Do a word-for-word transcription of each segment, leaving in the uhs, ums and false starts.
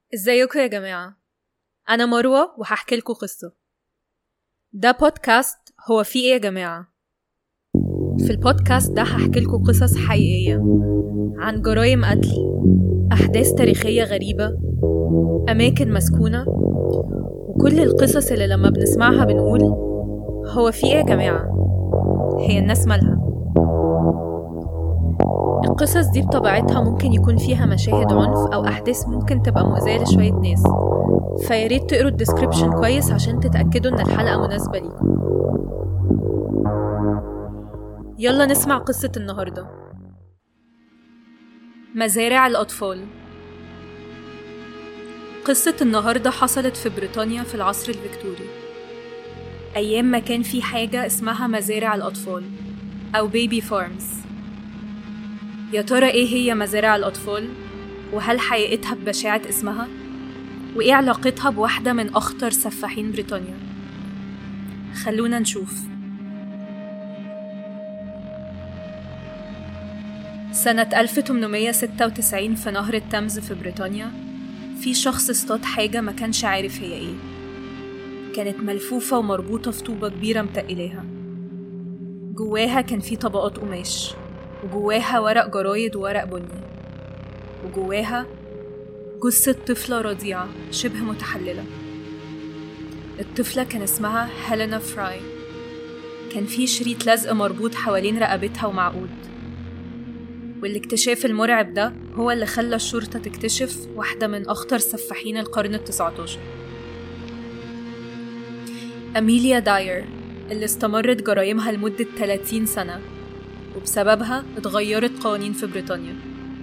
ازيكم يا جماعة؟ أنا مروة وهحكي لكم قصة. ده بودكاست هو فيه ايه يا جماعة؟ في البودكاست ده هحكي لكم قصص حقيقية عن جرائم قتل، أحداث تاريخية غريبة، أماكن مسكونة، وكل القصص اللي لما بنسمعها بنقول هو فيه ايه يا جماعة؟ هي الناس مالها؟ القصص دي بطبيعتها ممكن يكون فيها مشاهد عنف أو أحداث ممكن تبقى مؤذية لشوية ناس، فياريت تقروا الديسكريبشن كويس عشان تتأكدوا إن الحلقة مناسبة ليكم. يلا نسمع قصة النهاردة. مزارع الأطفال. قصة النهاردة حصلت في بريطانيا في العصر الفيكتوري، أيام ما كان في حاجة اسمها مزارع الأطفال أو بيبي فارمز. يا ترى إيه هي مزارع الأطفال؟ وهل حقيقتها ببشاعة اسمها؟ وإيه علاقتها بواحدة من أخطر سفاحين بريطانيا؟ خلونا نشوف. سنة ألف وثمانمية وستة وتسعين في نهر التمز في بريطانيا، في شخص اصطاد حاجة ما كانش عارف هي إيه. كانت ملفوفة ومربوطة في طوبة كبيرة متقلاها، جواها كان في طبقات قماش، وجواها ورق جرايد وورق بني، وجواها جثة طفلة رضيعة شبه متحللة. الطفلة كان اسمها هيلينا فراي. كان في شريط لزق مربوط حوالين رقبتها ومعقود. والاكتشاف المرعب ده هو اللي خلى الشرطة تكتشف واحدة من أخطر سفاحين القرن التاسع عشر، أميليا داير، اللي استمرت جرائمها لمدة ثلاثين سنة، وبسببها اتغيرت قوانين في بريطانيا.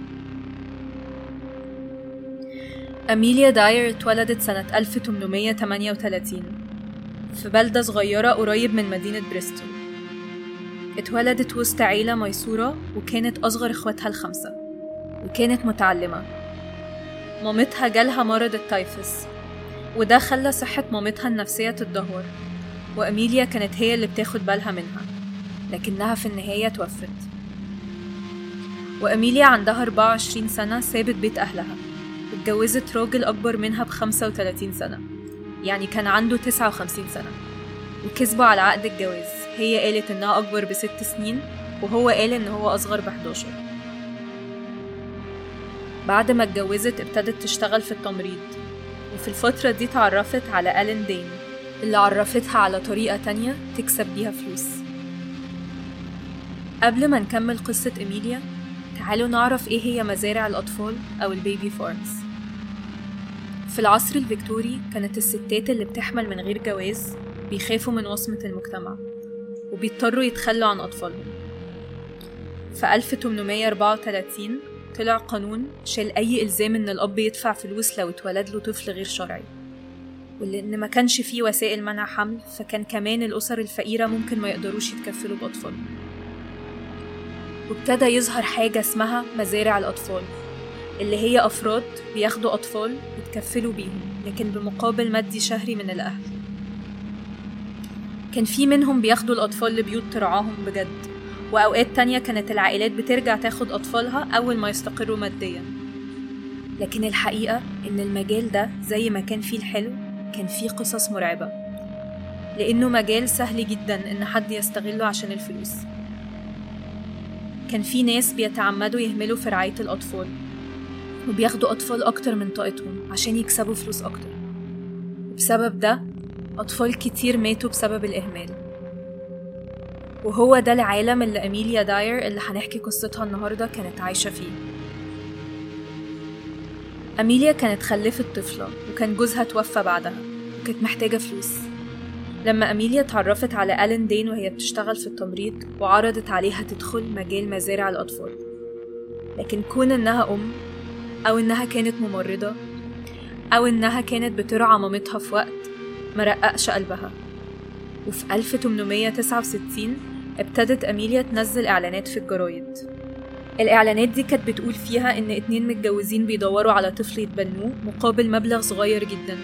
أميليا داير اتولدت سنة ألف وثمانمية وثمانية وثلاثين في بلدة صغيرة قريب من مدينة بريستول. اتولدت وسط عيلة ميسورة، وكانت أصغر إخواتها الخمسة، وكانت متعلمة. مامتها جالها مرض التايفس، وده خلى صحة مامتها النفسية تتدهور، وأميليا كانت هي اللي بتاخد بالها منها، لكنها في النهاية توفت. وأميليا عندها أربعة وعشرين سنة سابت بيت أهلها، اتجوزت راجل أكبر منها بخمسة وثلاثين سنة، يعني كان عنده تسعة وخمسين سنة، وكسبوا على عقد الجواز. هي قالت إنها أكبر بست سنين، وهو قال إن هو أصغر بحداشر. بعد ما اتجوزت ابتدت تشتغل في التمريض، وفي الفترة دي تعرفت على ألين دين، اللي عرفتها على طريقة تانية تكسب بيها فلوس. قبل ما نكمل قصة إميليا، تعالوا نعرف إيه هي مزارع الأطفال أو البيبي فارمز. في العصر الفيكتوري كانت الستات اللي بتحمل من غير جواز بيخافوا من وصمة المجتمع، وبيضطروا يتخلوا عن أطفالهم. في ألف وثمانمية وأربعة وثلاثين طلع قانون شال أي إلزام إن الأب يدفع فلوس لو اتولد له طفل غير شرعي، ولأن ما كانش فيه وسائل منع حمل، فكان كمان الأسر الفقيرة ممكن ما يقدروش يتكفلوا بأطفالهم. وابتدى يظهر حاجة اسمها مزارع الأطفال، اللي هي أفراد بياخدوا أطفال يتكفلوا بيهم، لكن بمقابل مادي شهري من الأهل. كان في منهم بياخدوا الأطفال لبيوت ترعاهم بجد، وأوقات تانية كانت العائلات بترجع تاخد أطفالها أول ما يستقروا ماديا. لكن الحقيقة إن المجال ده زي ما كان فيه الحلو، كان فيه قصص مرعبة، لأنه مجال سهل جدا إن حد يستغله عشان الفلوس. كان في ناس بيتعمدوا يهملوا في رعاية الأطفال، وبياخدوا أطفال أكتر من طاقتهم عشان يكسبوا فلوس أكتر. بسبب ده أطفال كتير ماتوا بسبب الإهمال. وهو ده العالم اللي أميليا داير اللي هنحكي قصتها النهاردة كانت عايشة فيه. أميليا كانت خلفت طفلة، وكان جوزها توفى بعدها، وكانت محتاجة فلوس. لما أميليا تعرفت على ألين دين وهي بتشتغل في التمريض، وعرضت عليها تدخل مجال مزارع الأطفال، لكن كون إنها أم، أو إنها كانت ممرضة، أو إنها كانت بترعى مامتها في وقت، مرققش قلبها. وفي ألف وثمانمية وتسعة وستين ابتدت أميليا تنزل إعلانات في الجرايد. الإعلانات دي كانت بتقول فيها إن اتنين متجوزين بيدوروا على طفل يتبنوه مقابل مبلغ صغير جدا،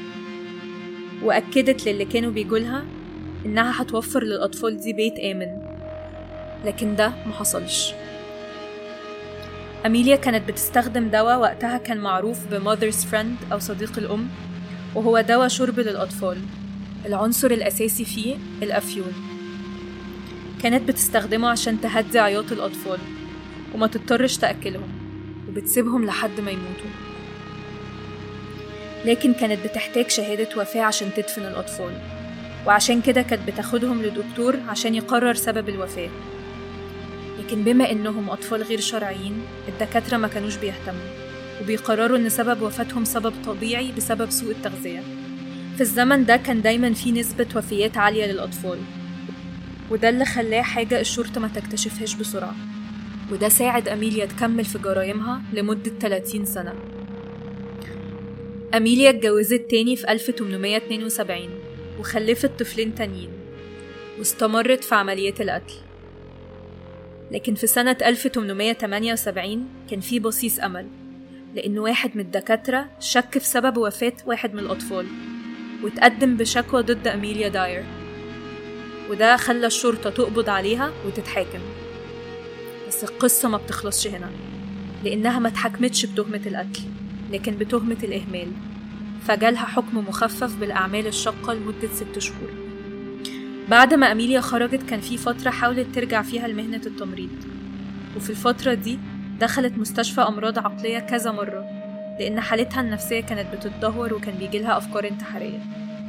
وأكدت للي كانوا بيقولها إنها هتوفر للأطفال دي بيت آمن. لكن ده محصلش. أميليا كانت بتستخدم دواء وقتها كان معروف بمother's friend أو صديق الأم، وهو دواء شرب للأطفال العنصر الأساسي فيه الأفيون. كانت بتستخدمه عشان تهدي عياط الأطفال وما تضطرش تأكلهم، وبتسيبهم لحد ما يموتوا. لكن كانت بتحتاج شهادة وفاة عشان تدفن الأطفال، وعشان كده كانت بتاخدهم لدكتور عشان يقرر سبب الوفاة. لكن بما إنهم أطفال غير شرعيين، الدكاترة ما كانوش بيهتموا، وبيقرروا إن سبب وفاتهم سبب طبيعي بسبب سوء التغذية. في الزمن ده كان دايما في نسبة وفيات عالية للأطفال، وده اللي خلاه حاجة الشرطة ما تكتشفهاش بسرعة، وده ساعد أميليا تكمل في جرائمها لمدة ثلاثين سنة. أميليا اتجوزت تاني في ألف وثمانمائة واثنين وسبعين وخلفت طفلين تانيين، واستمرت في عمليات القتل. لكن في سنة ألف وثمانمائة وثمانية وسبعين كان في بصيص أمل، لأن واحد من الدكاترة شك في سبب وفاة واحد من الأطفال، وتقدم بشكوى ضد أميليا داير، وده خلى الشرطة تقبض عليها وتتحاكم. بس القصة ما بتخلصش هنا، لأنها ما اتحكمتش بتهمة القتل، لكن بتهمة الإهمال، فجالها حكم مخفف بالأعمال الشاقة لمدة ست شهور. بعد ما أميليا خرجت كان في فترة حاولت ترجع فيها لمهنة التمريض، وفي الفترة دي دخلت مستشفى أمراض عقلية كذا مرة، لأن حالتها النفسية كانت بتتدهور وكان بيجيلها أفكار انتحارية.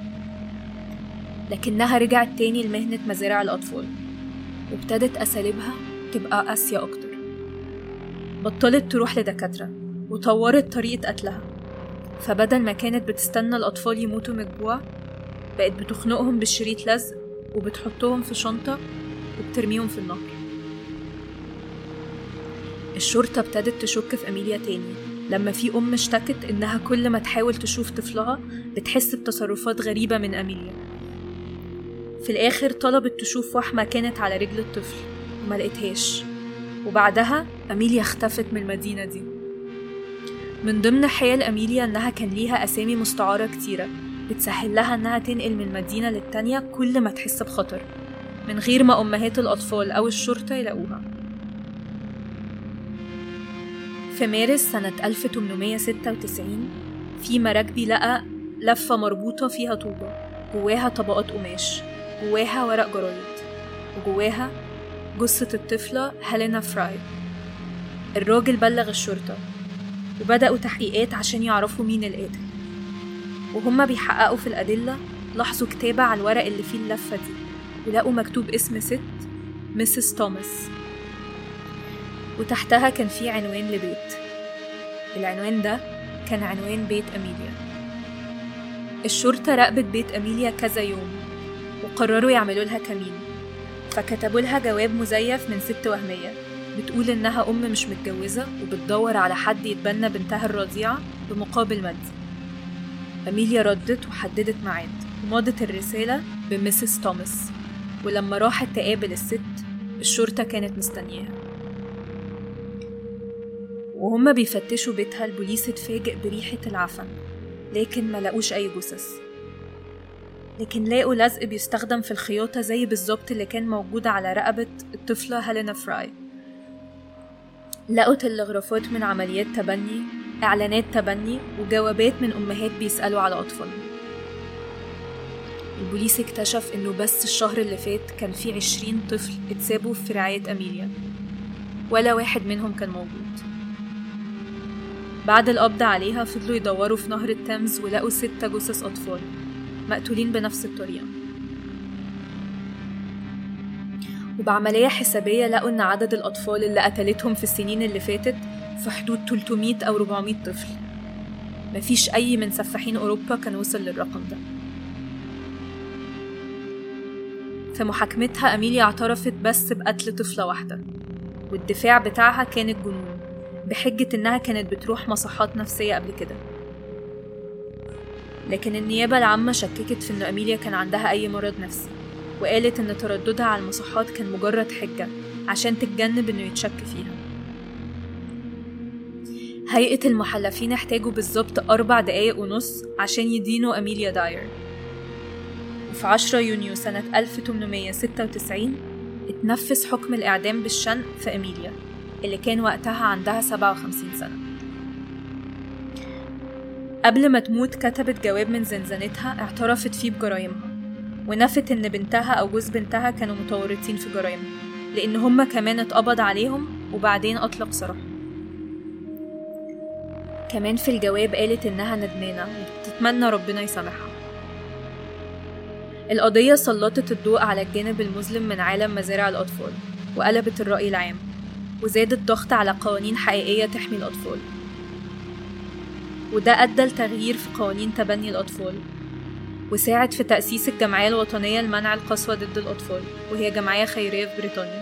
لكنها رجعت تاني لمهنة مزارع الأطفال، وابتدت أساليبها تبقى قاسية أكتر. بطلت تروح لدكاترة وطورت طريقة قتلها، فبدل ما كانت بتستنى الأطفال يموتوا من الجوع، بقت بتخنقهم بالشريط لزق وبتحطهم في شنطة وبترميهم في النهر. الشرطة ابتدت تشك في أميليا تاني لما في أم اشتكت إنها كل ما تحاول تشوف طفلها بتحس بتصرفات غريبة من أميليا. في الآخر طلبت تشوف وحمة كانت على رجل الطفل وما لقيتهاش، وبعدها أميليا اختفت من المدينة دي. من ضمن حيل أميليا إنها كان ليها أسامي مستعارة كتيرة بتسهل لها إنها تنقل من مدينة للتانية كل ما تحس بخطر، من غير ما أمهات الأطفال أو الشرطة يلاقوها. في مارس سنة ألف وثمانمائة وستة وتسعين في مراكبي لقى لفة مربوطة فيها طوبة جواها طبقات قماش، جواها ورق جرايد، وجواها جثة الطفلة هيلينا فراي. الراجل بلغ الشرطة وبدأوا تحقيقات عشان يعرفوا مين القاتل، وهم بيحققوا في الأدلة لاحظوا كتابة على الورق اللي فيه اللفة دي، ولقوا مكتوب اسم ست ميسيس توماس، وتحتها كان فيه عنوان لبيت. العنوان ده كان عنوان بيت أميليا. الشرطة راقبت بيت أميليا كذا يوم وقرروا يعملوا لها كمين، فكتبوا لها جواب مزيف من ست وهمية بتقول إنها أم مش متجوزة وبتدور على حد يتبنى بنتها الرضيعة بمقابل مادي. أميليا ردت وحددت ميعاد ومضت الرسالة بميسيس توماس، ولما راحت تقابل الست الشرطة كانت مستنياها. وهم بيفتشوا بيتها البوليس اتفاجئ بريحة العفن، لكن ما لقوش أي جثث، لكن لاقوا لزق بيستخدم في الخياطة زي بالظبط اللي كان موجود على رقبة الطفلة هيلينا فراي. لقوا تلغرافات من عمليات تبني، إعلانات تبني، وجوابات من أمهات بيسألوا على أطفالهم. البوليس اكتشف إنه بس الشهر اللي فات كان في عشرين طفل اتسابوا في رعاية أميليا، ولا واحد منهم كان موجود. بعد القبض عليها فضلوا يدوروا في نهر التامز ولقوا ستة جثث أطفال مقتولين بنفس الطريقة، وبعملية حسابية لقوا إن عدد الأطفال اللي قتلتهم في السنين اللي فاتت في حدود ثلاثمائة أو أربعمائة طفل. مفيش أي من سفاحين أوروبا كان وصل للرقم ده. في محاكمتها أميليا اعترفت بس بقتل طفلة واحدة، والدفاع بتاعها كان الجنون بحجة إنها كانت بتروح مصحات نفسية قبل كده. لكن النيابة العامة شككت في إن أميليا كان عندها أي مرض نفسي، وقالت إن ترددها على المصحات كان مجرد حجة عشان تتجنب إنه يتشك فيها. هيئة المحلفين احتاجوا بالظبط أربع دقايق ونص عشان يدينوا أميليا داير. وفي عشرة يونيو سنة ألف وثمانمائة وستة وتسعين اتنفذ حكم الإعدام بالشنق في أميليا، اللي كان وقتها عندها سبعة وخمسين سنة. قبل ما تموت كتبت جواب من زنزانتها اعترفت فيه بجرائمها، ونفت إن بنتها أو جوز بنتها كانوا متورطين في جرائمها، لأن هما كمان اتقبض عليهم وبعدين أطلق سراحهم. كمان في الجواب قالت إنها ندمانة وبتتمنى ربنا يسامحها. القضية سلطت الضوء على الجانب المظلم من عالم مزارع الأطفال، وقلبت الرأي العام، وزاد الضغط على قوانين حقيقية تحمي الأطفال، وده أدى لتغيير في قوانين تبني الأطفال، وساعد في تأسيس الجمعية الوطنية لمنع القسوة ضد الأطفال، وهي جمعية خيرية في بريطانيا.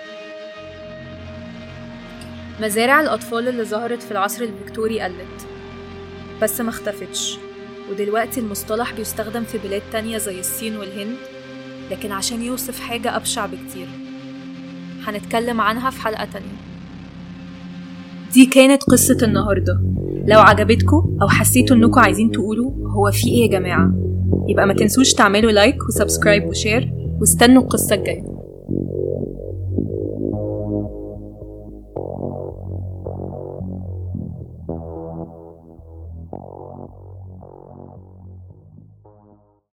مزارع الأطفال اللي ظهرت في العصر الفيكتوري قلت، بس ما اختفتش، ودلوقتي المصطلح بيستخدم في بلاد تانية زي الصين والهند، لكن عشان يوصف حاجة أبشع بكتير. هنتكلم عنها في حلقة تانية. دي كانت قصة النهاردة. لو عجبتكم أو حسيتوا إنكم عايزين تقولوا هو في إيه يا جماعة، يبقى ما تنسوش تعملوا لايك وسبسكرايب وشير، واستنوا القصة الجاية.